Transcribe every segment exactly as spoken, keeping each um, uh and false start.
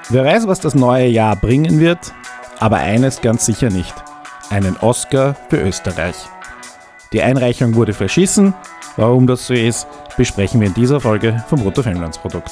Wer weiß, was das neue Jahr bringen wird, aber eines ganz sicher nicht: einen Oscar für Österreich. Die Einreichung wurde verschissen. Warum das so ist, besprechen wir in dieser Folge vom Brutto Filmlandsprodukt.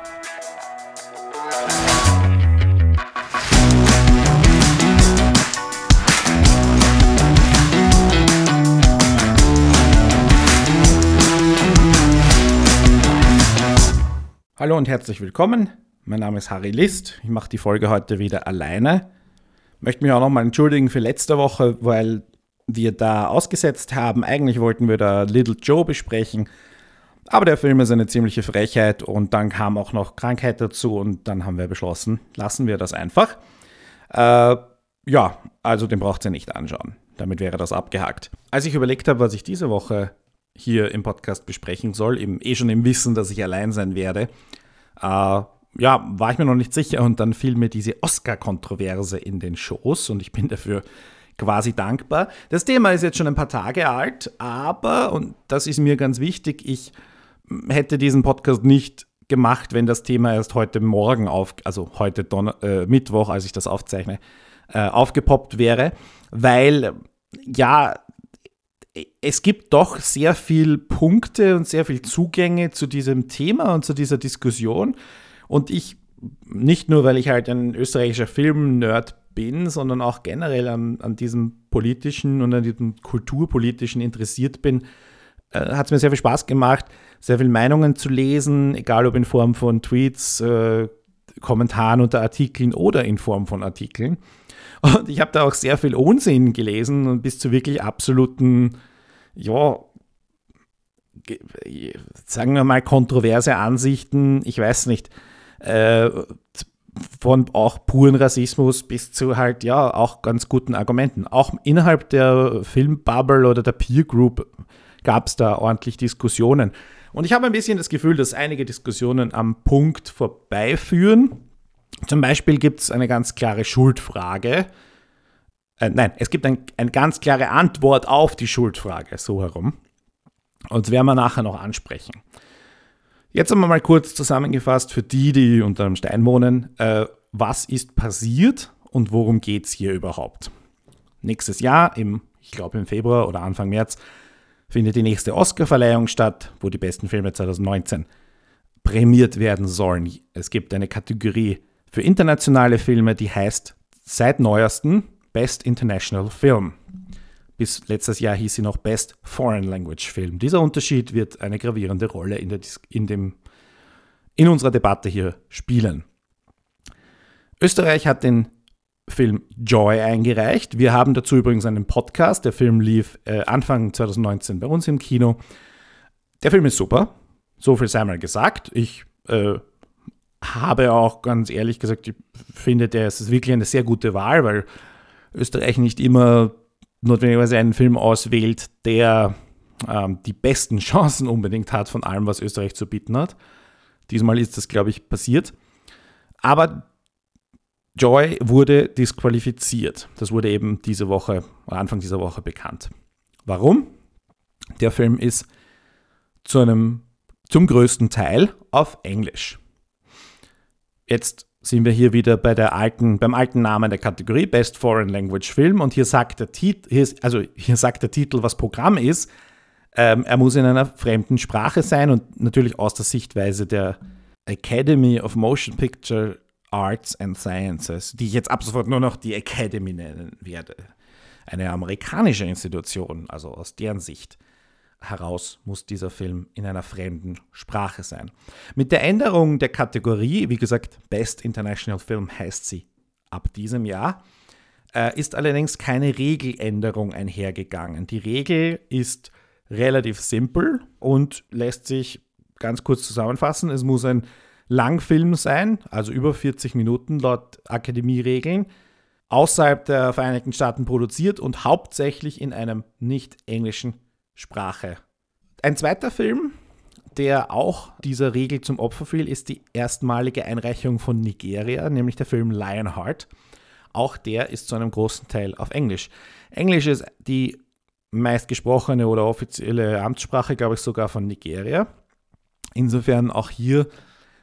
Hallo und herzlich willkommen. Mein Name ist Harry List. Ich mache die Folge heute wieder alleine. Ich möchte mich auch nochmal entschuldigen für letzte Woche, weil wir da ausgesetzt haben. Eigentlich wollten wir da Little Joe besprechen, aber der Film ist eine ziemliche Frechheit und dann kam auch noch Krankheit dazu und dann haben wir beschlossen, lassen wir das einfach. Äh, ja, also den braucht ihr nicht anschauen. Damit wäre das abgehakt. Als ich überlegt habe, was ich diese Woche hier im Podcast besprechen soll, eben eh schon im Wissen, dass ich allein sein werde, äh, ja, war ich mir noch nicht sicher und dann fiel mir diese Oscar-Kontroverse in den Schoß und ich bin dafür quasi dankbar. Das Thema ist jetzt schon ein paar Tage alt, aber, und das ist mir ganz wichtig, ich hätte diesen Podcast nicht gemacht, wenn das Thema erst heute Morgen auf, also heute Donner, äh, Mittwoch, als ich das aufzeichne, äh, aufgepoppt wäre, weil, ja, es gibt doch sehr viele Punkte und sehr viele Zugänge zu diesem Thema und zu dieser Diskussion. Und ich, nicht nur, weil ich halt ein österreichischer Film-Nerd bin, sondern auch generell an, an diesem politischen und an diesem kulturpolitischen interessiert bin, äh, hat es mir sehr viel Spaß gemacht, sehr viele Meinungen zu lesen, egal ob in Form von Tweets, äh, Kommentaren unter Artikeln oder in Form von Artikeln. Und ich habe da auch sehr viel Unsinn gelesen und bis zu wirklich absoluten, ja, sagen wir mal kontroverse Ansichten, ich weiß nicht, äh, von auch puren Rassismus bis zu halt, ja, auch ganz guten Argumenten. Auch innerhalb der Filmbubble oder der Peer Group gab es da ordentlich Diskussionen. Und ich habe ein bisschen das Gefühl, dass einige Diskussionen am Punkt vorbeiführen. Zum Beispiel gibt es eine ganz klare Schuldfrage. Äh, nein, es gibt ein, eine ganz klare Antwort auf die Schuldfrage, so herum. Und das werden wir nachher noch ansprechen. Jetzt haben wir mal kurz zusammengefasst für die, die unter einem Stein wohnen, äh, was ist passiert und worum geht es hier überhaupt. Nächstes Jahr, im, ich glaube im Februar oder Anfang März, findet die nächste Oscar-Verleihung statt, wo die besten Filme zwanzig neunzehn prämiert werden sollen. Es gibt eine Kategorie für internationale Filme, die heißt seit neuestem Best International Film. Bis letztes Jahr hieß sie noch Best Foreign Language Film. Dieser Unterschied wird eine gravierende Rolle in, der, in, dem, in unserer Debatte hier spielen. Österreich hat den Film Joy eingereicht. Wir haben dazu übrigens einen Podcast. Der Film lief äh, Anfang zwanzig neunzehn bei uns im Kino. Der Film ist super. So viel sei mal gesagt. Ich äh, habe auch ganz ehrlich gesagt, ich finde, der ist wirklich eine sehr gute Wahl, weil Österreich nicht immer notwendigerweise einen Film auswählt, der ähm, die besten Chancen unbedingt hat von allem, was Österreich zu bieten hat. Diesmal ist das, glaube ich, passiert. Aber Joy wurde disqualifiziert. Das wurde eben diese Woche, Anfang dieser Woche bekannt. Warum? Der Film ist zu einem, zum größten Teil auf Englisch. Jetzt sind wir hier wieder bei der alten, beim alten Namen der Kategorie Best Foreign Language Film und hier sagt der Titel, hier ist, also hier sagt der Titel, was Programm ist. Ähm, er muss in einer fremden Sprache sein und natürlich aus der Sichtweise der Academy of Motion Picture Arts and Sciences, die ich jetzt ab sofort nur noch die Academy nennen werde. Eine amerikanische Institution, also aus deren Sicht heraus muss dieser Film in einer fremden Sprache sein. Mit der Änderung der Kategorie, wie gesagt, Best International Film heißt sie ab diesem Jahr, äh, ist allerdings keine Regeländerung einhergegangen. Die Regel ist relativ simpel und lässt sich ganz kurz zusammenfassen. Es muss ein Langfilm sein, also über vierzig Minuten laut Akademieregeln, außerhalb der Vereinigten Staaten produziert und hauptsächlich in einem nicht englischen Sprache. Ein zweiter Film, der auch dieser Regel zum Opfer fiel, ist die erstmalige Einreichung von Nigeria, nämlich der Film Lionheart. Auch der ist zu einem großen Teil auf Englisch. Englisch ist die meistgesprochene oder offizielle Amtssprache, glaube ich, sogar von Nigeria. Insofern auch hier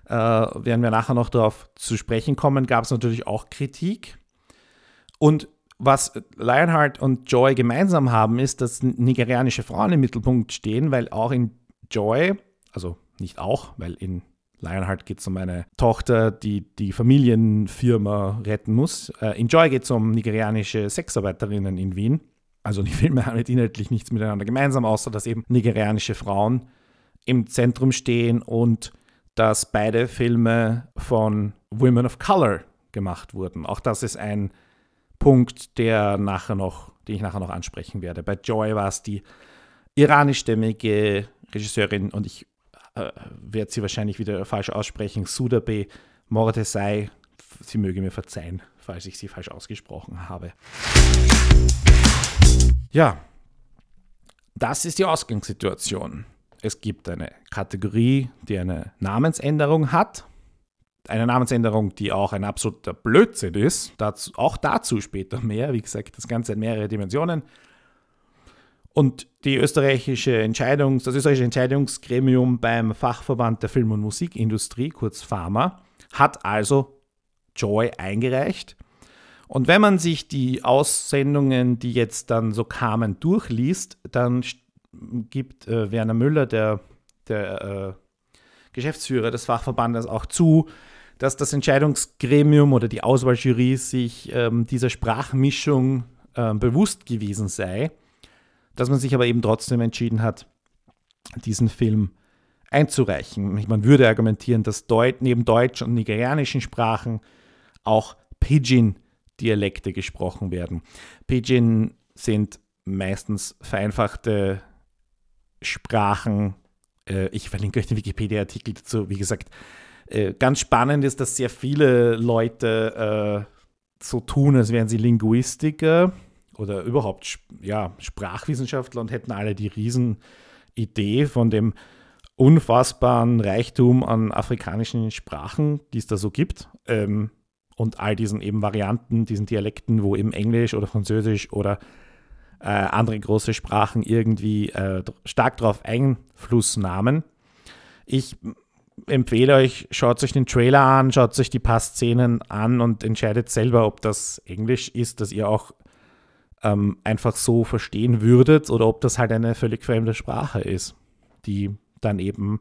äh, werden wir nachher noch darauf zu sprechen kommen, gab es natürlich auch Kritik. Und was Lionheart und Joy gemeinsam haben, ist, dass nigerianische Frauen im Mittelpunkt stehen, weil auch in Joy, also nicht auch, weil in Lionheart geht es um eine Tochter, die die Familienfirma retten muss. In Joy geht es um nigerianische Sexarbeiterinnen in Wien. Also die Filme haben nicht inhaltlich nichts miteinander gemeinsam, außer dass eben nigerianische Frauen im Zentrum stehen und dass beide Filme von Women of Color gemacht wurden. Auch das ist ein Punkt, der nachher noch, den ich nachher noch ansprechen werde. Bei Joy war es die iranischstämmige Regisseurin, und ich äh, werde sie wahrscheinlich wieder falsch aussprechen, Sudabe Mordesai. Sie möge mir verzeihen, falls ich sie falsch ausgesprochen habe. Ja, das ist die Ausgangssituation. Es gibt eine Kategorie, die eine Namensänderung hat. Eine Namensänderung, die auch ein absoluter Blödsinn ist. Dazu, auch dazu später mehr. Wie gesagt, das Ganze hat mehrere Dimensionen. Und die österreichische Entscheidungs-, das österreichische Entscheidungsgremium beim Fachverband der Film- und Musikindustrie, kurz FAMA, hat also Joy eingereicht. Und wenn man sich die Aussendungen, die jetzt dann so kamen, durchliest, dann gibt äh, Werner Müller, der, der äh, Geschäftsführer des Fachverbandes, auch zu, dass das Entscheidungsgremium oder die Auswahljury sich ähm, dieser Sprachmischung äh, bewusst gewesen sei, dass man sich aber eben trotzdem entschieden hat, diesen Film einzureichen. Man würde argumentieren, dass Deut- neben deutsch- und nigerianischen Sprachen auch Pidgin-Dialekte gesprochen werden. Pidgin sind meistens vereinfachte Sprachen. Äh, ich verlinke euch den Wikipedia-Artikel dazu. Wie gesagt, äh, ganz spannend ist, dass sehr viele Leute äh, so tun, als wären sie Linguistiker oder überhaupt ja, Sprachwissenschaftler und hätten alle die Riesenidee von dem unfassbaren Reichtum an afrikanischen Sprachen, die es da so gibt. Ähm, und all diesen eben Varianten, diesen Dialekten, wo eben Englisch oder Französisch oder äh, andere große Sprachen irgendwie äh, stark darauf Einfluss nahmen. Ich empfehle euch, schaut euch den Trailer an, schaut euch die paar Szenen an und entscheidet selber, ob das Englisch ist, das ihr auch ähm, einfach so verstehen würdet, oder ob das halt eine völlig fremde Sprache ist, die dann eben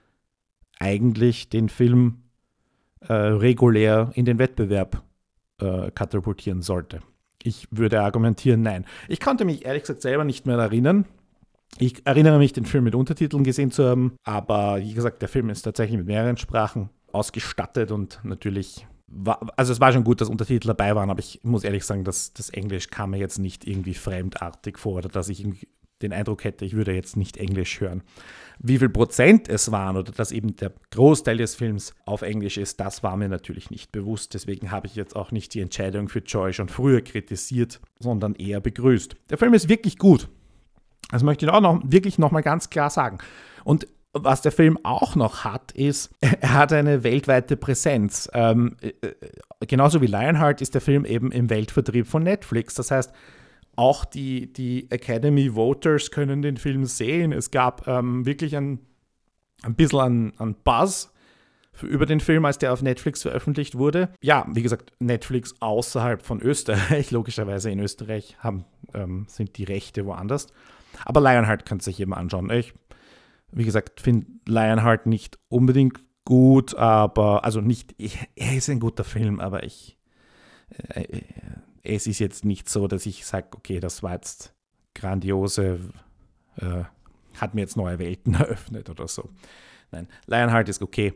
eigentlich den Film äh, regulär in den Wettbewerb äh, katapultieren sollte. Ich würde argumentieren, nein. Ich konnte mich ehrlich gesagt selber nicht mehr erinnern. Ich erinnere mich, den Film mit Untertiteln gesehen zu haben, aber wie gesagt, der Film ist tatsächlich mit mehreren Sprachen ausgestattet und natürlich, war, also es war schon gut, dass Untertitel dabei waren, aber ich muss ehrlich sagen, dass das Englisch kam mir jetzt nicht irgendwie fremdartig vor oder dass ich irgendwie den Eindruck hätte, ich würde jetzt nicht Englisch hören. Wie viel Prozent es waren oder dass eben der Großteil des Films auf Englisch ist, das war mir natürlich nicht bewusst. Deswegen habe ich jetzt auch nicht die Entscheidung für Joy schon früher kritisiert, sondern eher begrüßt. Der Film ist wirklich gut. Das möchte ich auch noch wirklich nochmal ganz klar sagen. Und was der Film auch noch hat, ist, er hat eine weltweite Präsenz. Ähm, äh, genauso wie Lionheart ist der Film eben im Weltvertrieb von Netflix. Das heißt, auch die, die Academy Voters können den Film sehen. Es gab ähm, wirklich ein, ein bisschen an, an Buzz für, über den Film, als der auf Netflix veröffentlicht wurde. Ja, wie gesagt, Netflix außerhalb von Österreich. Logischerweise in Österreich haben, ähm, sind die Rechte woanders. Aber Lionheart kann sich eben anschauen. Ich, wie gesagt, finde Lionheart nicht unbedingt gut, aber, also nicht, ich, er ist ein guter Film, aber ich, äh, es ist jetzt nicht so, dass ich sage, okay, das war jetzt grandiose, äh, hat mir jetzt neue Welten eröffnet oder so. Nein, Lionheart ist okay,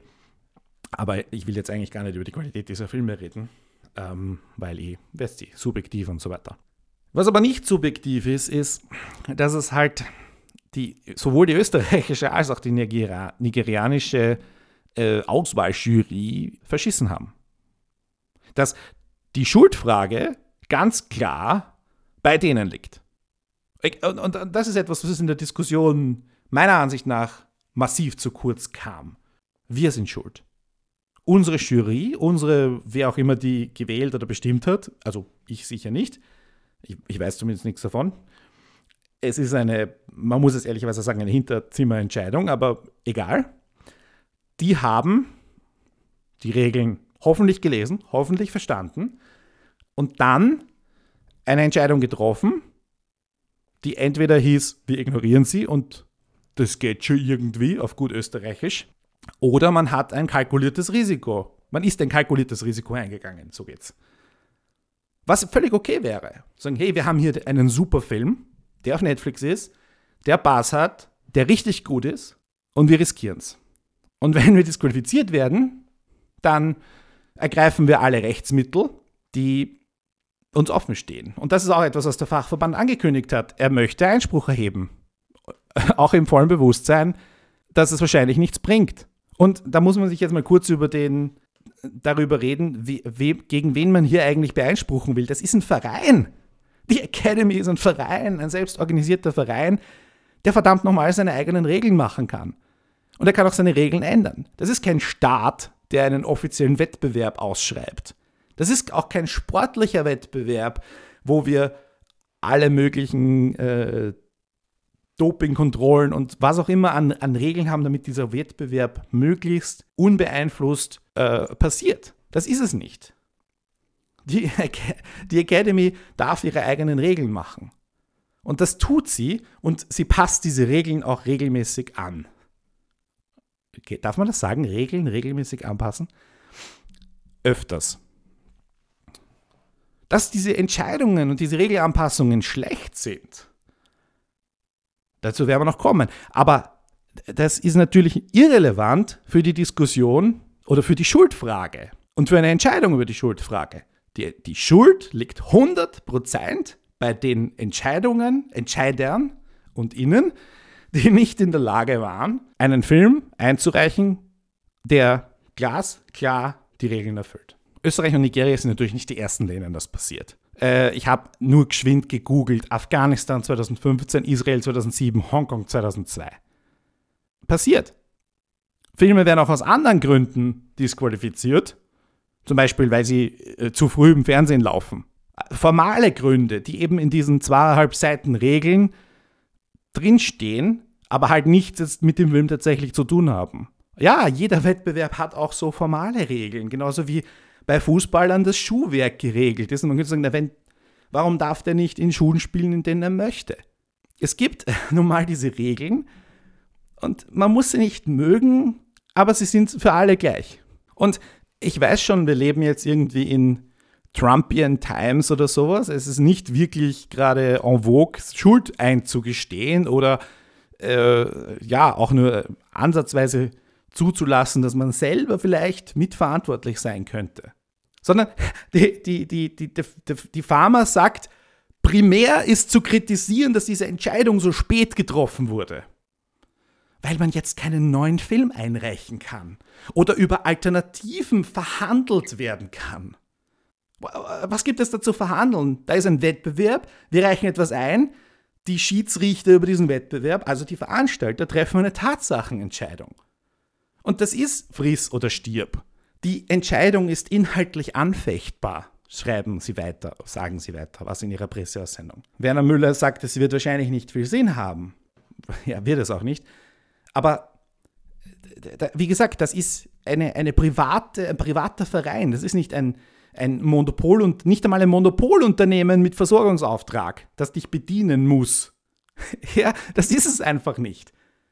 aber ich will jetzt eigentlich gar nicht über die Qualität dieser Filme reden, ähm, weil ich, weißt du, subjektiv und so weiter. Was aber nicht subjektiv ist, ist, dass es halt die, sowohl die österreichische als auch die Nigeria- nigerianische äh, Auswahljury verschissen haben. Dass die Schuldfrage ganz klar bei denen liegt. Und, und das ist etwas, was in der Diskussion meiner Ansicht nach massiv zu kurz kam. Wir sind schuld. Unsere Jury, unsere, wer auch immer die gewählt oder bestimmt hat, also ich sicher nicht, Ich, ich weiß zumindest nichts davon. Es ist eine, man muss es ehrlicherweise sagen, eine Hinterzimmerentscheidung, aber egal. Die haben die Regeln hoffentlich gelesen, hoffentlich verstanden und dann eine Entscheidung getroffen, die entweder hieß, wir ignorieren sie und das geht schon irgendwie auf gut österreichisch, oder man hat ein kalkuliertes Risiko. Man ist ein kalkuliertes Risiko eingegangen, so geht's. Was völlig okay wäre. Sagen, hey, wir haben hier einen super Film, der auf Netflix ist, der Bass hat, der richtig gut ist und wir riskieren es. Und wenn wir disqualifiziert werden, dann ergreifen wir alle Rechtsmittel, die uns offen stehen. Und das ist auch etwas, was der Fachverband angekündigt hat. Er möchte Einspruch erheben. Auch im vollen Bewusstsein, dass es wahrscheinlich nichts bringt. Und da muss man sich jetzt mal kurz über den, darüber reden, wie, we, gegen wen man hier eigentlich beeinspruchen will. Das ist ein Verein. Die Academy ist ein Verein, ein selbstorganisierter Verein, der verdammt nochmal seine eigenen Regeln machen kann. Und er kann auch seine Regeln ändern. Das ist kein Staat, der einen offiziellen Wettbewerb ausschreibt. Das ist auch kein sportlicher Wettbewerb, wo wir alle möglichen äh, Dopingkontrollen und was auch immer an, an Regeln haben, damit dieser Wettbewerb möglichst unbeeinflusst äh, passiert. Das ist es nicht. Die, die Academy darf ihre eigenen Regeln machen. Und das tut sie und sie passt diese Regeln auch regelmäßig an. Okay, darf man das sagen? Regeln regelmäßig anpassen? Öfters. Dass diese Entscheidungen und diese Regelanpassungen schlecht sind, dazu werden wir noch kommen. Aber das ist natürlich irrelevant für die Diskussion oder für die Schuldfrage und für eine Entscheidung über die Schuldfrage. Die, die Schuld liegt hundert Prozent bei den Entscheidungen, Entscheidern und Ihnen, die nicht in der Lage waren, einen Film einzureichen, der glasklar die Regeln erfüllt. Österreich und Nigeria sind natürlich nicht die ersten Länder, in denen das passiert. Äh, ich habe nur geschwind gegoogelt. Afghanistan zweitausendfünfzehn, Israel zweitausendsieben, Hongkong zweitausendzwei. Passiert. Filme werden auch aus anderen Gründen disqualifiziert. Zum Beispiel, weil sie äh, zu früh im Fernsehen laufen. Formale Gründe, die eben in diesen zweieinhalb Seiten Regeln drinstehen, aber halt nichts jetzt mit dem Film tatsächlich zu tun haben. Ja, jeder Wettbewerb hat auch so formale Regeln, genauso wie bei Fußballern das Schuhwerk geregelt ist. Und man könnte sagen, na, wenn, warum darf der nicht in Schuhen spielen, in denen er möchte? Es gibt nun mal diese Regeln und man muss sie nicht mögen, aber sie sind für alle gleich. Und ich weiß schon, wir leben jetzt irgendwie in Trumpian Times oder sowas. Es ist nicht wirklich gerade en vogue, Schuld einzugestehen oder äh, ja, auch nur ansatzweise zuzulassen, dass man selber vielleicht mitverantwortlich sein könnte. Sondern die, die, die, die, die, die Pharma sagt, primär ist zu kritisieren, dass diese Entscheidung so spät getroffen wurde. Weil man jetzt keinen neuen Film einreichen kann oder über Alternativen verhandelt werden kann. Was gibt es da zu verhandeln? Da ist ein Wettbewerb, wir reichen etwas ein, die Schiedsrichter über diesen Wettbewerb, also die Veranstalter, treffen eine Tatsachenentscheidung. Und das ist friss oder stirb. Die Entscheidung ist inhaltlich anfechtbar, schreiben sie weiter, sagen sie weiter, was in ihrer Presseaussendung. Werner Müller sagt, es wird wahrscheinlich nicht viel Sinn haben. Ja, wird es auch nicht. Aber wie gesagt, das ist eine, eine private, ein privater Verein. Das ist nicht ein, ein Monopol und nicht einmal ein Monopolunternehmen mit Versorgungsauftrag, das dich bedienen muss. Ja, das ist es einfach nicht.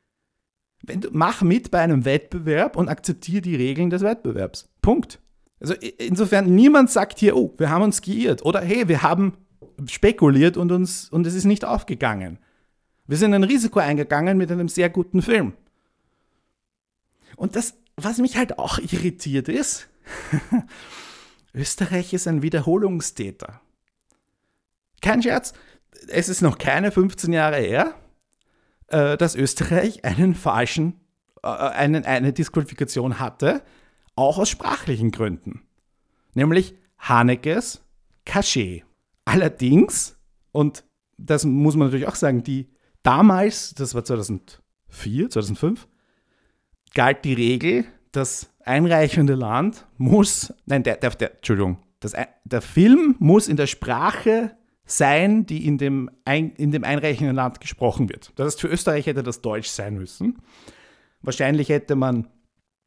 Wenn du, mach mit bei einem Wettbewerb und akzeptiere die Regeln des Wettbewerbs. Punkt. Also insofern, niemand sagt hier, oh, wir haben uns geirrt oder hey, wir haben spekuliert und, uns, und es ist nicht aufgegangen. Wir sind ein Risiko eingegangen mit einem sehr guten Film. Und das, was mich halt auch irritiert ist, Österreich ist ein Wiederholungstäter. Kein Scherz, es ist noch keine fünfzehn Jahre her, dass Österreich einen falschen, äh, einen, eine Disqualifikation hatte, auch aus sprachlichen Gründen. Nämlich Hanekes Cachet. Allerdings, und das muss man natürlich auch sagen, die damals, das war zweitausendvier, zweitausendfünf, galt die Regel, das einreichende Land muss, nein, der, der, der Entschuldigung, das, der Film muss in der Sprache sein, die in dem, ein, in dem einreichenden Land gesprochen wird. Das heißt, für Österreich hätte das Deutsch sein müssen. Wahrscheinlich hätte man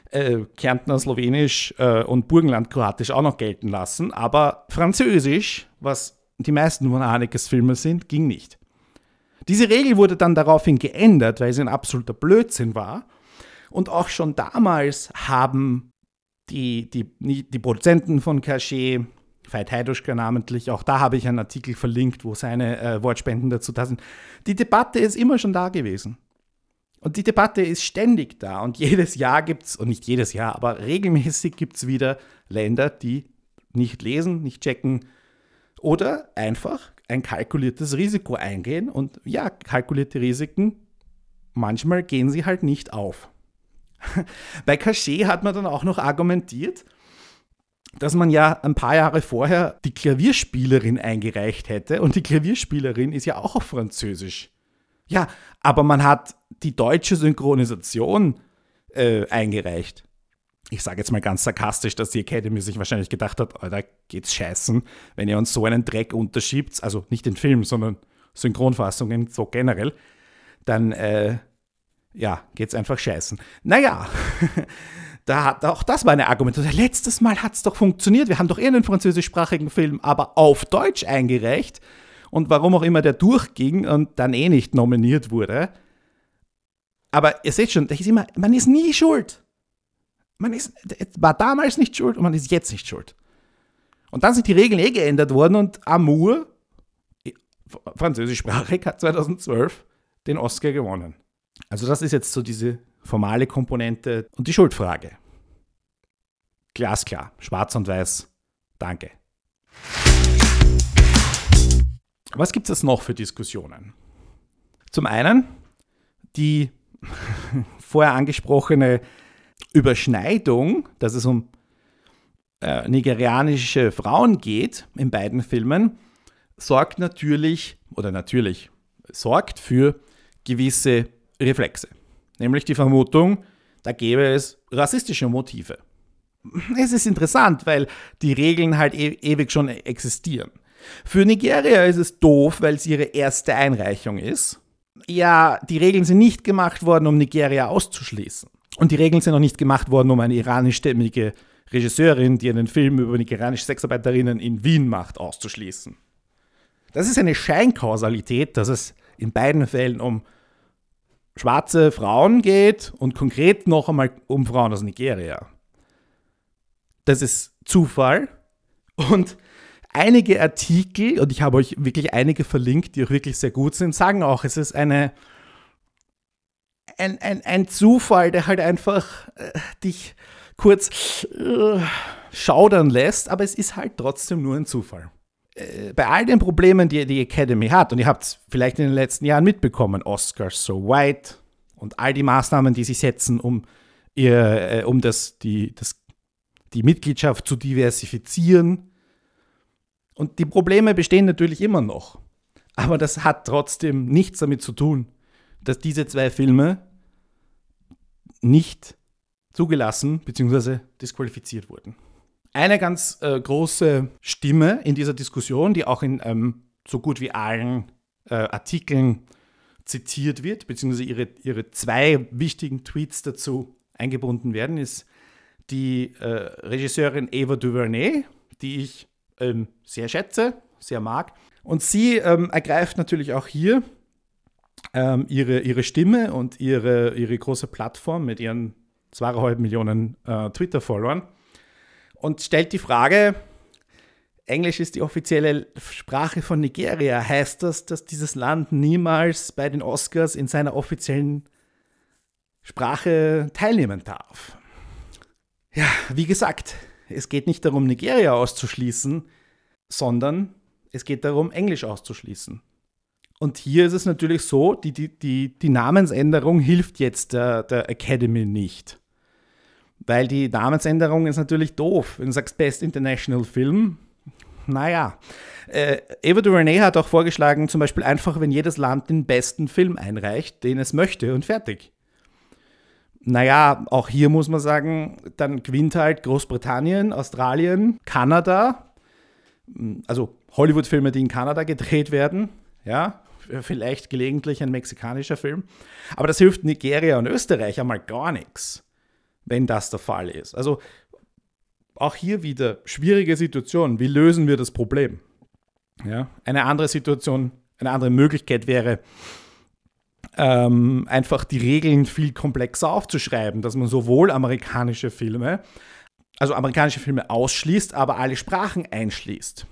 äh, Kärntner Slowenisch äh, und Burgenland Kroatisch auch noch gelten lassen, aber Französisch, was die meisten von Hanekes Filme sind, ging nicht. Diese Regel wurde dann daraufhin geändert, weil sie ein absoluter Blödsinn war. Und auch schon damals haben die, die, die Produzenten von Cachet, Veit Heiduschka namentlich, auch da habe ich einen Artikel verlinkt, wo seine äh, Wortspenden dazu da sind. Die Debatte ist immer schon da gewesen. Und die Debatte ist ständig da. Und jedes Jahr gibt es, und nicht jedes Jahr, aber regelmäßig gibt es wieder Länder, die nicht lesen, nicht checken oder einfach ein kalkuliertes Risiko eingehen. Und ja, kalkulierte Risiken, manchmal gehen sie halt nicht auf. Bei Cachet hat man dann auch noch argumentiert, dass man ja ein paar Jahre vorher die Klavierspielerin eingereicht hätte. Und die Klavierspielerin ist ja auch auf Französisch. Ja, aber man hat die deutsche Synchronisation äh, eingereicht. Ich sage jetzt mal ganz sarkastisch, dass die Academy sich wahrscheinlich gedacht hat, Alter, geht's scheißen, wenn ihr uns so einen Dreck unterschiebt, also nicht den Film, sondern Synchronfassungen so generell, dann, äh, ja, geht's einfach scheißen. Naja, da hat auch das war eine Argumentation. Letztes Mal hat's doch funktioniert, wir haben doch eher einen französischsprachigen Film, aber auf Deutsch eingereicht und warum auch immer der durchging und dann eh nicht nominiert wurde. Aber ihr seht schon, das ist immer, man ist nie schuld. Man ist, war damals nicht schuld und man ist jetzt nicht schuld. Und dann sind die Regeln eh geändert worden und Amour, französischsprachig, hat zweitausendzwölf den Oscar gewonnen. Also das ist jetzt so diese formale Komponente und die Schuldfrage. Glasklar, schwarz und weiß, danke. Was gibt es noch für Diskussionen? Zum einen die vorher angesprochene Überschneidung, dass es um äh, nigerianische Frauen geht in beiden Filmen, sorgt natürlich, oder natürlich, sorgt für gewisse Reflexe. Nämlich die Vermutung, da gäbe es rassistische Motive. Es ist interessant, weil die Regeln halt e- ewig schon existieren. Für Nigeria ist es doof, weil es ihre erste Einreichung ist. Ja, die Regeln sind nicht gemacht worden, um Nigeria auszuschließen. Und die Regeln sind auch nicht gemacht worden, um eine iranischstämmige Regisseurin, die einen Film über nigerianische Sexarbeiterinnen in Wien macht, auszuschließen. Das ist eine Scheinkausalität, dass es in beiden Fällen um schwarze Frauen geht und konkret noch einmal um Frauen aus Nigeria. Das ist Zufall. Und einige Artikel, und ich habe euch wirklich einige verlinkt, die auch wirklich sehr gut sind, sagen auch, es ist eine, ein, ein, ein Zufall, der halt einfach äh, dich kurz äh, schaudern lässt, aber es ist halt trotzdem nur ein Zufall. Äh, bei all den Problemen, die die Academy hat, und ihr habt es vielleicht in den letzten Jahren mitbekommen, Oscars so white und all die Maßnahmen, die sie setzen, um, ihr, äh, um das, die, das, die Mitgliedschaft zu diversifizieren. Und die Probleme bestehen natürlich immer noch. Aber das hat trotzdem nichts damit zu tun, dass diese zwei Filme nicht zugelassen bzw. disqualifiziert wurden. Eine ganz äh, große Stimme in dieser Diskussion, die auch in ähm, so gut wie allen äh, Artikeln zitiert wird, beziehungsweise ihre, ihre zwei wichtigen Tweets dazu eingebunden werden, ist die äh, Regisseurin Ava DuVernay, die ich ähm, sehr schätze, sehr mag. Und sie ähm, ergreift natürlich auch hier ähm, ihre, ihre Stimme und ihre, ihre große Plattform mit ihren zweieinhalb Millionen äh, Twitter-Followern und stellt die Frage, Englisch ist die offizielle Sprache von Nigeria. Heißt das, dass dieses Land niemals bei den Oscars in seiner offiziellen Sprache teilnehmen darf? Ja, wie gesagt, es geht nicht darum, Nigeria auszuschließen, sondern es geht darum, Englisch auszuschließen. Und hier ist es natürlich so, die, die, die, die Namensänderung hilft jetzt der, der Academy nicht. Weil die Namensänderung ist natürlich doof. Wenn du sagst Best International Film, naja. Äh, Ava DuVernay hat auch vorgeschlagen, zum Beispiel einfach, wenn jedes Land den besten Film einreicht, den es möchte und fertig. Naja, auch hier muss man sagen, dann gewinnt halt Großbritannien, Australien, Kanada, also Hollywood-Filme, die in Kanada gedreht werden, ja, vielleicht gelegentlich ein mexikanischer Film. Aber das hilft Nigeria und Österreich einmal gar nichts. wenn das der Fall ist. Also auch hier wieder schwierige Situation. Wie lösen wir das Problem? Ja, eine andere Situation, eine andere Möglichkeit wäre, ähm, einfach die Regeln viel komplexer aufzuschreiben, dass man sowohl amerikanische Filme, also amerikanische Filme ausschließt, aber alle Sprachen einschließt.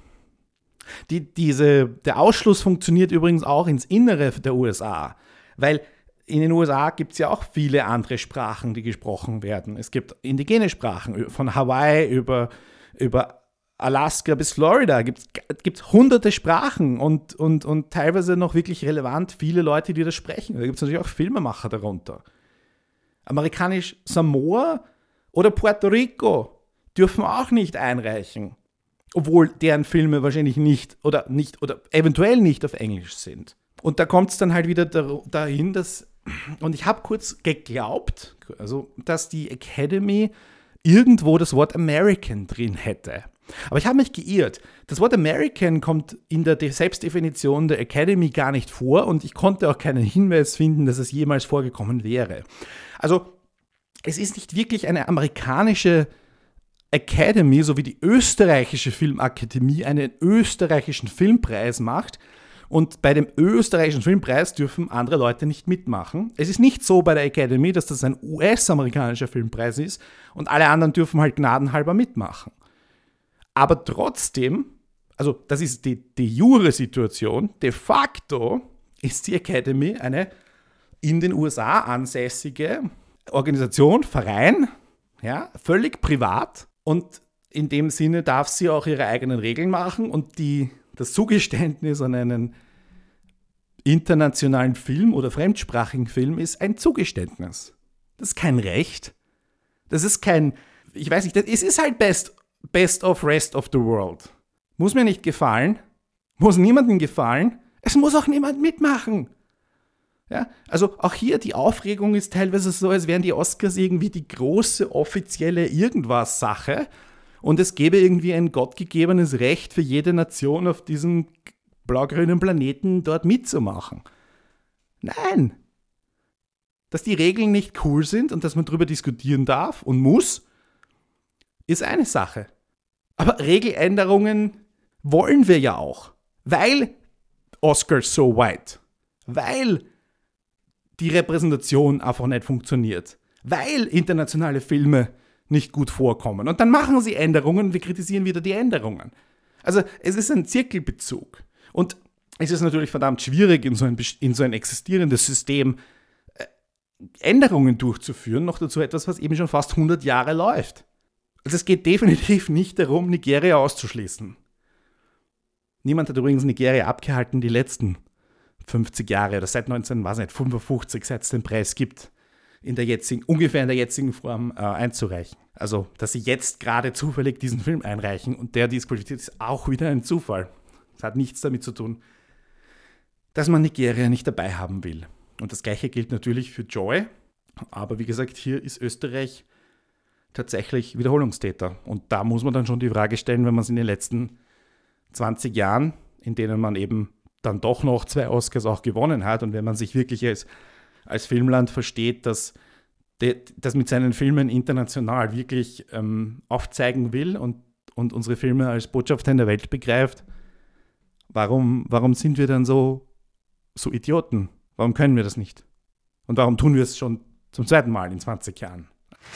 Die, diese, der Ausschluss funktioniert übrigens auch ins Innere der U S A, weil in den U S A gibt es ja auch viele andere Sprachen, die gesprochen werden. Es gibt indigene Sprachen, von Hawaii über, über Alaska bis Florida gibt es hunderte Sprachen und, und, und teilweise noch wirklich relevant viele Leute, die das sprechen. Da gibt es natürlich auch Filmemacher darunter. Amerikanisch Samoa oder Puerto Rico dürfen auch nicht einreichen, obwohl deren Filme wahrscheinlich nicht oder nicht oder eventuell nicht auf Englisch sind. Und da kommt es dann halt wieder dahin, dass, und ich habe kurz geglaubt, also, dass die Academy irgendwo das Wort American drin hätte. Aber ich habe mich geirrt. Das Wort American kommt in der Selbstdefinition der Academy gar nicht vor und ich konnte auch keinen Hinweis finden, dass es jemals vorgekommen wäre. Also es ist nicht wirklich eine amerikanische Academy, so wie die österreichische Filmakademie einen österreichischen Filmpreis macht. Und bei dem österreichischen Filmpreis dürfen andere Leute nicht mitmachen. Es ist nicht so bei der Academy, dass das ein U S-amerikanischer Filmpreis ist und alle anderen dürfen halt gnadenhalber mitmachen. Aber trotzdem, also das ist die de jure Situation, de facto ist die Academy eine in den U S A ansässige Organisation, Verein, ja, völlig privat und in dem Sinne darf sie auch ihre eigenen Regeln machen und die, das Zugeständnis an einen internationalen Film oder fremdsprachigen Film ist ein Zugeständnis. Das ist kein Recht, das ist kein, ich weiß nicht, es ist halt best Best of Rest of the World. Muss mir nicht gefallen, muss niemandem gefallen, es muss auch niemand mitmachen. Ja, also auch hier die Aufregung ist teilweise so, als wären die Oscars irgendwie die große offizielle Irgendwas-Sache und es gäbe irgendwie ein gottgegebenes Recht für jede Nation auf diesem blau-grünen Planeten dort mitzumachen. Nein! Dass die Regeln nicht cool sind und dass man darüber diskutieren darf und muss, ist eine Sache. Aber Regeländerungen wollen wir ja auch, weil Oscars so white, weil die Repräsentation einfach nicht funktioniert, weil internationale Filme nicht gut vorkommen. Und dann machen sie Änderungen und wir kritisieren wieder die Änderungen. Also es ist ein Zirkelbezug. Und es ist natürlich verdammt schwierig, in so ein, in so ein existierendes System äh, Änderungen durchzuführen, noch dazu etwas, was eben schon fast hundert Jahre läuft. Also es geht definitiv nicht darum, Nigeria auszuschließen. Niemand hat übrigens Nigeria abgehalten, die letzten fünfzig Jahre oder seit neunzehnhundertfünfundfünfzig, seit es den Preis gibt, in der jetzigen, ungefähr in der jetzigen Form äh, einzureichen. Also, dass sie jetzt gerade zufällig diesen Film einreichen und der disqualifiziert ist, auch wieder ein Zufall. Das hat nichts damit zu tun, dass man Nigeria nicht dabei haben will. Und das Gleiche gilt natürlich für Joy. Aber wie gesagt, hier ist Österreich tatsächlich Wiederholungstäter. Und da muss man dann schon die Frage stellen, wenn man es in den letzten zwanzig Jahren, in denen man eben dann doch noch zwei Oscars auch gewonnen hat und wenn man sich wirklich als, als Filmland versteht, dass das mit seinen Filmen international wirklich ähm, aufzeigen will und, und unsere Filme als Botschafter in der Welt begreift, warum, warum sind wir dann so, so Idioten? Warum können wir das nicht? Und warum tun wir es schon zum zweiten Mal in zwanzig Jahren?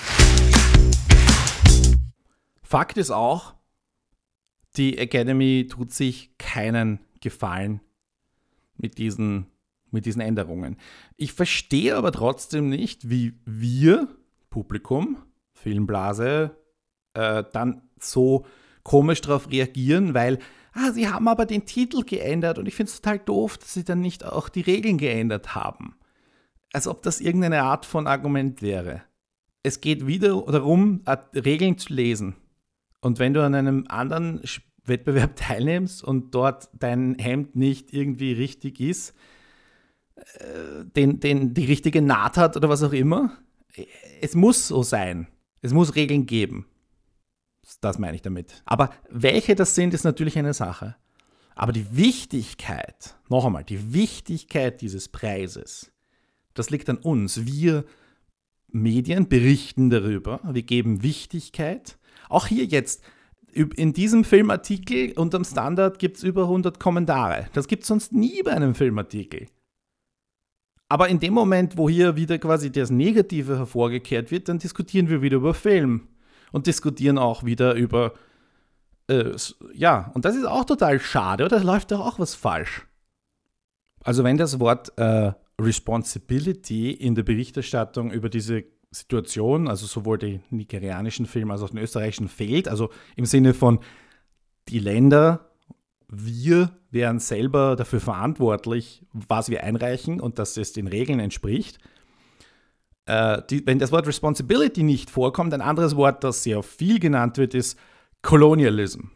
Fakt ist auch, die Academy tut sich keinen Gefallen mit diesen, mit diesen Änderungen. Ich verstehe aber trotzdem nicht, wie wir, Publikum, Filmblase, äh, dann so komisch darauf reagieren, weil, ah, sie haben aber den Titel geändert und ich finde es total doof, dass sie dann nicht auch die Regeln geändert haben. Als ob das irgendeine Art von Argument wäre. Es geht wieder darum, Regeln zu lesen. Und wenn du an einem anderen Wettbewerb teilnimmst und dort dein Hemd nicht irgendwie richtig ist, äh, den, den, die richtige Naht hat oder was auch immer, es muss so sein. Es muss Regeln geben. Das meine ich damit. Aber welche das sind, ist natürlich eine Sache. Aber die Wichtigkeit, noch einmal, die Wichtigkeit dieses Preises, das liegt an uns. Wir Medien berichten darüber, wir geben Wichtigkeit. Auch hier jetzt, in diesem Filmartikel unterm Standard gibt es über hundert Kommentare. Das gibt es sonst nie bei einem Filmartikel. Aber in dem Moment, wo hier wieder quasi das Negative hervorgekehrt wird, dann diskutieren wir wieder über Film und diskutieren auch wieder über, äh, ja, und das ist auch total schade, oder? Da läuft doch auch was falsch. Also wenn das Wort äh, Responsibility in der Berichterstattung über diese Situation, also sowohl den nigerianischen Film als auch den österreichischen, fehlt, also im Sinne von die Länder, wir wären selber dafür verantwortlich, was wir einreichen und dass es den Regeln entspricht. Äh, die, wenn das Wort Responsibility nicht vorkommt, ein anderes Wort, das sehr viel genannt wird, ist Colonialism.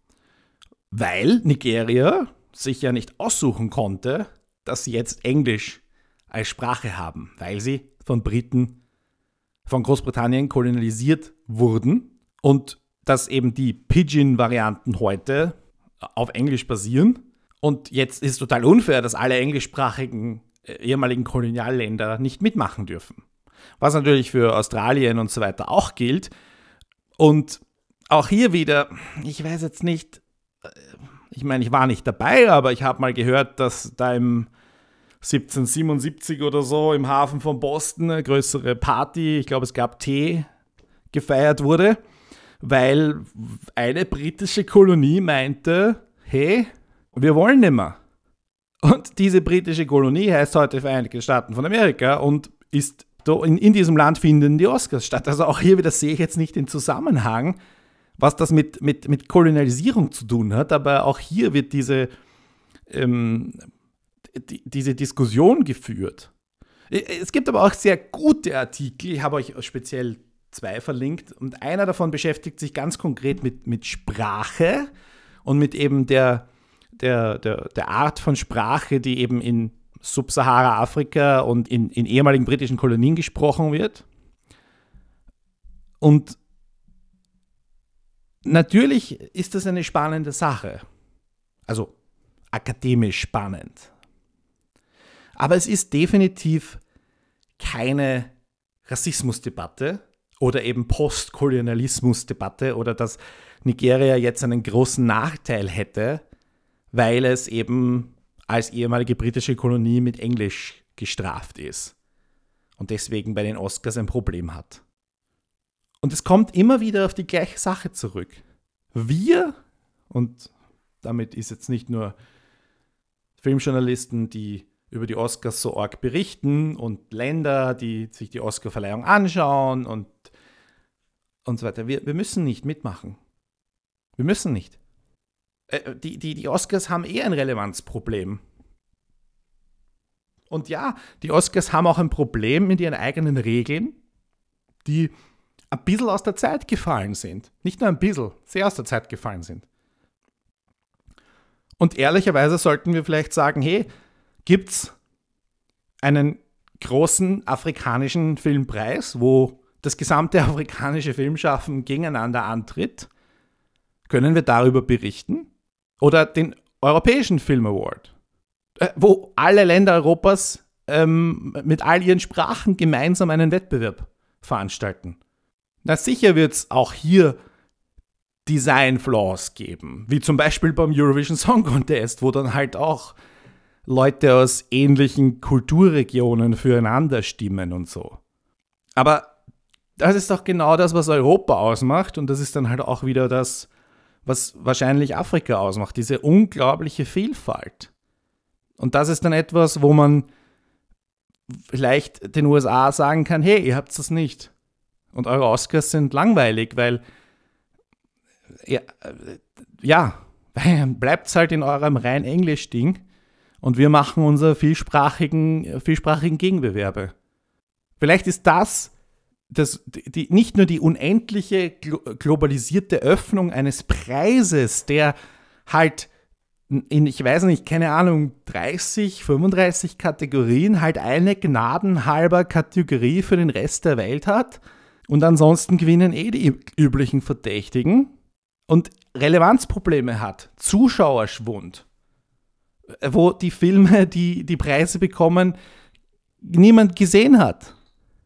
Weil Nigeria sich ja nicht aussuchen konnte, dass sie jetzt Englisch als Sprache haben, weil sie von Briten, von Großbritannien kolonialisiert wurden und dass eben die Pidgin-Varianten heute auf Englisch basieren. Und jetzt ist es total unfair, dass alle englischsprachigen äh, ehemaligen Kolonialländer nicht mitmachen dürfen. Was natürlich für Australien und so weiter auch gilt. Und auch hier wieder, ich weiß jetzt nicht, äh, ich meine, ich war nicht dabei, aber ich habe mal gehört, dass da im siebzehnhundertsiebenundsiebzig oder so im Hafen von Boston eine größere Party, ich glaube es gab Tee, gefeiert wurde, weil eine britische Kolonie meinte, hey, wir wollen nicht mehr. Und diese britische Kolonie heißt heute Vereinigte Staaten von Amerika und ist in, in diesem Land finden die Oscars statt. Also auch hier wieder sehe ich jetzt nicht den Zusammenhang, was das mit, mit, mit Kolonialisierung zu tun hat, aber auch hier wird diese ähm, Die, diese Diskussion geführt. Es gibt aber auch sehr gute Artikel, ich habe euch speziell zwei verlinkt und einer davon beschäftigt sich ganz konkret mit, mit Sprache und mit eben der, der, der, der Art von Sprache, die eben in Subsahara-Afrika und in, in ehemaligen britischen Kolonien gesprochen wird. Und natürlich ist das eine spannende Sache, also akademisch spannend. Aber es ist definitiv keine Rassismusdebatte oder eben Postkolonialismusdebatte oder dass Nigeria jetzt einen großen Nachteil hätte, weil es eben als ehemalige britische Kolonie mit Englisch gestraft ist und deswegen bei den Oscars ein Problem hat. Und es kommt immer wieder auf die gleiche Sache zurück. Wir, und damit ist jetzt nicht nur Filmjournalisten, die über die Oscars so arg berichten und Länder, die sich die Oscarverleihung anschauen und, und so weiter. Wir, wir müssen nicht mitmachen. Wir müssen nicht. Äh, die, die, die Oscars haben eh ein Relevanzproblem. Und ja, die Oscars haben auch ein Problem mit ihren eigenen Regeln, die ein bisschen aus der Zeit gefallen sind. Nicht nur ein bisschen, sehr aus der Zeit gefallen sind. Und ehrlicherweise sollten wir vielleicht sagen, hey, gibt es einen großen afrikanischen Filmpreis, wo das gesamte afrikanische Filmschaffen gegeneinander antritt? Können wir darüber berichten? Oder den Europäischen Film Award, äh, wo alle Länder Europas ähm, mit all ihren Sprachen gemeinsam einen Wettbewerb veranstalten? Na sicher wird es auch hier Design-Flaws geben, wie zum Beispiel beim Eurovision Song Contest, wo dann halt auch Leute aus ähnlichen Kulturregionen füreinander stimmen und so. Aber das ist doch genau das, was Europa ausmacht und das ist dann halt auch wieder das, was wahrscheinlich Afrika ausmacht, diese unglaubliche Vielfalt. Und das ist dann etwas, wo man vielleicht den U S A sagen kann, hey, ihr habt das nicht. Und eure Oscars sind langweilig, weil ja, ja bleibt es halt in eurem rein Englisch-Ding. Und wir machen unsere vielsprachigen, vielsprachigen Gegenbewerbe. Vielleicht ist das, das die, nicht nur die unendliche globalisierte Öffnung eines Preises, der halt in, ich weiß nicht, keine Ahnung, dreißig, fünfunddreißig Kategorien halt eine gnadenhalber Kategorie für den Rest der Welt hat und ansonsten gewinnen eh die üblichen Verdächtigen und Relevanzprobleme hat, Zuschauerschwund, wo die Filme, die die Preise bekommen, niemand gesehen hat.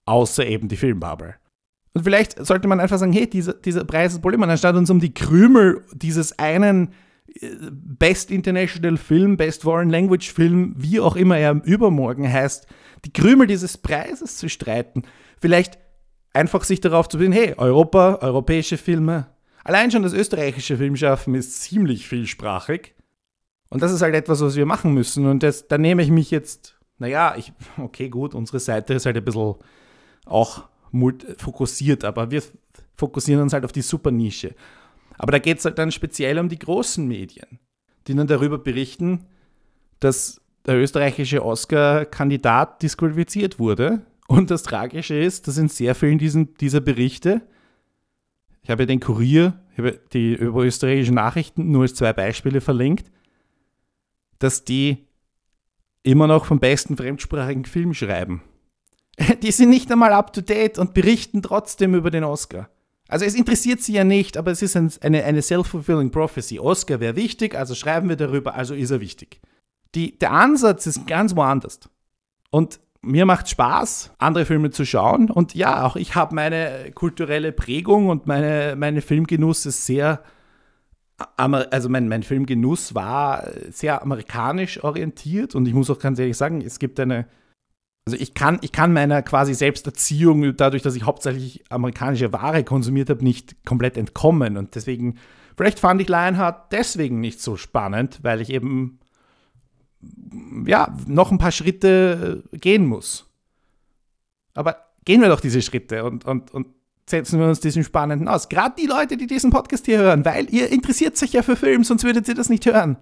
außer eben die Filmbubble. Und vielleicht sollte man einfach sagen, hey, dieser, dieser Preis ist das Problem, anstatt uns um die Krümel dieses einen Best International Film, Best Foreign Language Film, wie auch immer er übermorgen heißt, die Krümel dieses Preises zu streiten. Vielleicht einfach sich darauf zu besinnen, hey, Europa, europäische Filme, allein schon das österreichische Filmschaffen ist ziemlich vielsprachig. Und das ist halt etwas, was wir machen müssen. Und das, da nehme ich mich jetzt, naja, ich, okay, gut, unsere Seite ist halt ein bisschen auch fokussiert, aber wir fokussieren uns halt auf die Supernische. Aber da geht es halt dann speziell um die großen Medien, die dann darüber berichten, dass der österreichische Oscar-Kandidat disqualifiziert wurde. Und das Tragische ist, dass in sehr vielen diesen, dieser Berichte, ich habe ja den Kurier, ich habe die über österreichischen Nachrichten nur als zwei Beispiele verlinkt, dass die immer noch vom besten fremdsprachigen Film schreiben. Die sind nicht einmal up-to-date und berichten trotzdem über den Oscar. Also es interessiert sie ja nicht, aber es ist ein, eine, eine self-fulfilling prophecy. Oscar wäre wichtig, also schreiben wir darüber, also ist er wichtig. Die, der Ansatz ist ganz woanders. Und mir macht Spaß, andere Filme zu schauen. Und ja, auch ich habe meine kulturelle Prägung und meine, meine Filmgenuss ist sehr, also mein, mein Filmgenuss war sehr amerikanisch orientiert. Und ich muss auch ganz ehrlich sagen, es gibt eine, also ich kann, ich kann meiner quasi Selbsterziehung, dadurch, dass ich hauptsächlich amerikanische Ware konsumiert habe, nicht komplett entkommen. Und deswegen, vielleicht fand ich Lionheart deswegen nicht so spannend, weil ich eben ja, noch ein paar Schritte gehen muss. Aber gehen wir doch diese Schritte und, und, und setzen wir uns diesem Spannenden aus. Gerade die Leute, die diesen Podcast hier hören, weil ihr interessiert sich ja für Film, sonst würdet ihr das nicht hören.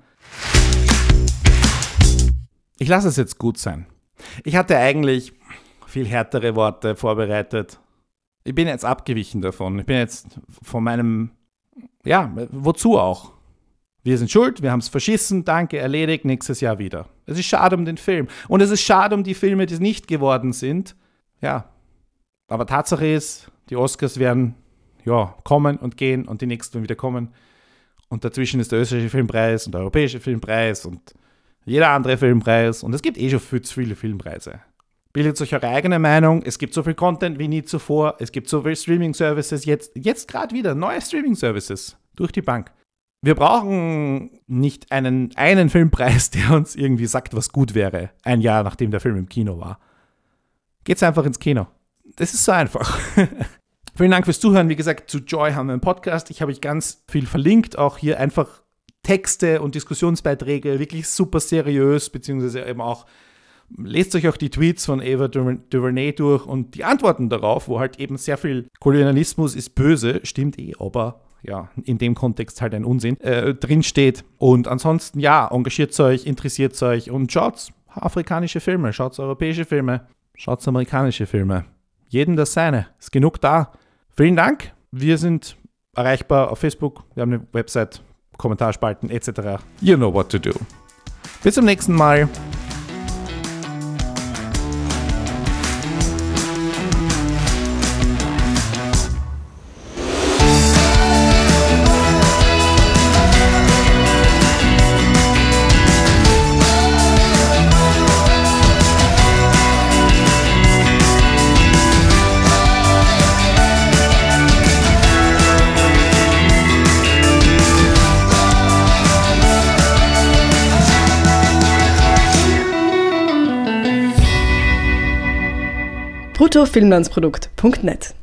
Ich lasse es jetzt gut sein. Ich hatte eigentlich viel härtere Worte vorbereitet. Ich bin jetzt abgewichen davon. Ich bin jetzt von meinem, ja, wozu auch? Wir sind schuld, wir haben es verschissen, danke, erledigt, nächstes Jahr wieder. Es ist schade um den Film. Und es ist schade um die Filme, die es nicht geworden sind. Ja, aber Tatsache ist, die Oscars werden ja, kommen und gehen und die nächsten wieder kommen. Und dazwischen ist der österreichische Filmpreis und der europäische Filmpreis und jeder andere Filmpreis. Und es gibt eh schon viel zu viele Filmpreise. Bildet euch eure eigene Meinung. Es gibt so viel Content wie nie zuvor. Es gibt so viele Streaming-Services. Jetzt, jetzt gerade wieder neue Streaming-Services durch die Bank. Wir brauchen nicht einen, einen Filmpreis, der uns irgendwie sagt, was gut wäre, ein Jahr nachdem der Film im Kino war. Geht's einfach ins Kino. Das ist so einfach. Vielen Dank fürs Zuhören. Wie gesagt, zu Joy haben wir einen Podcast. Ich habe euch ganz viel verlinkt. Auch hier einfach Texte und Diskussionsbeiträge, wirklich super seriös, beziehungsweise eben auch, lest euch auch die Tweets von Ava DuVernay durch und die Antworten darauf, wo halt eben sehr viel Kolonialismus ist böse, stimmt eh, aber ja, in dem Kontext halt ein Unsinn, äh, drinsteht. Und ansonsten, ja, engagiert euch, interessiert euch und schaut afrikanische Filme, schaut europäische Filme, schaut amerikanische Filme. Jedem das seine. Ist genug da. Vielen Dank. Wir sind erreichbar auf Facebook. Wir haben eine Website, Kommentarspalten et cetera. You know what to do. Bis zum nächsten Mal. bruttofilmlandsprodukt punkt net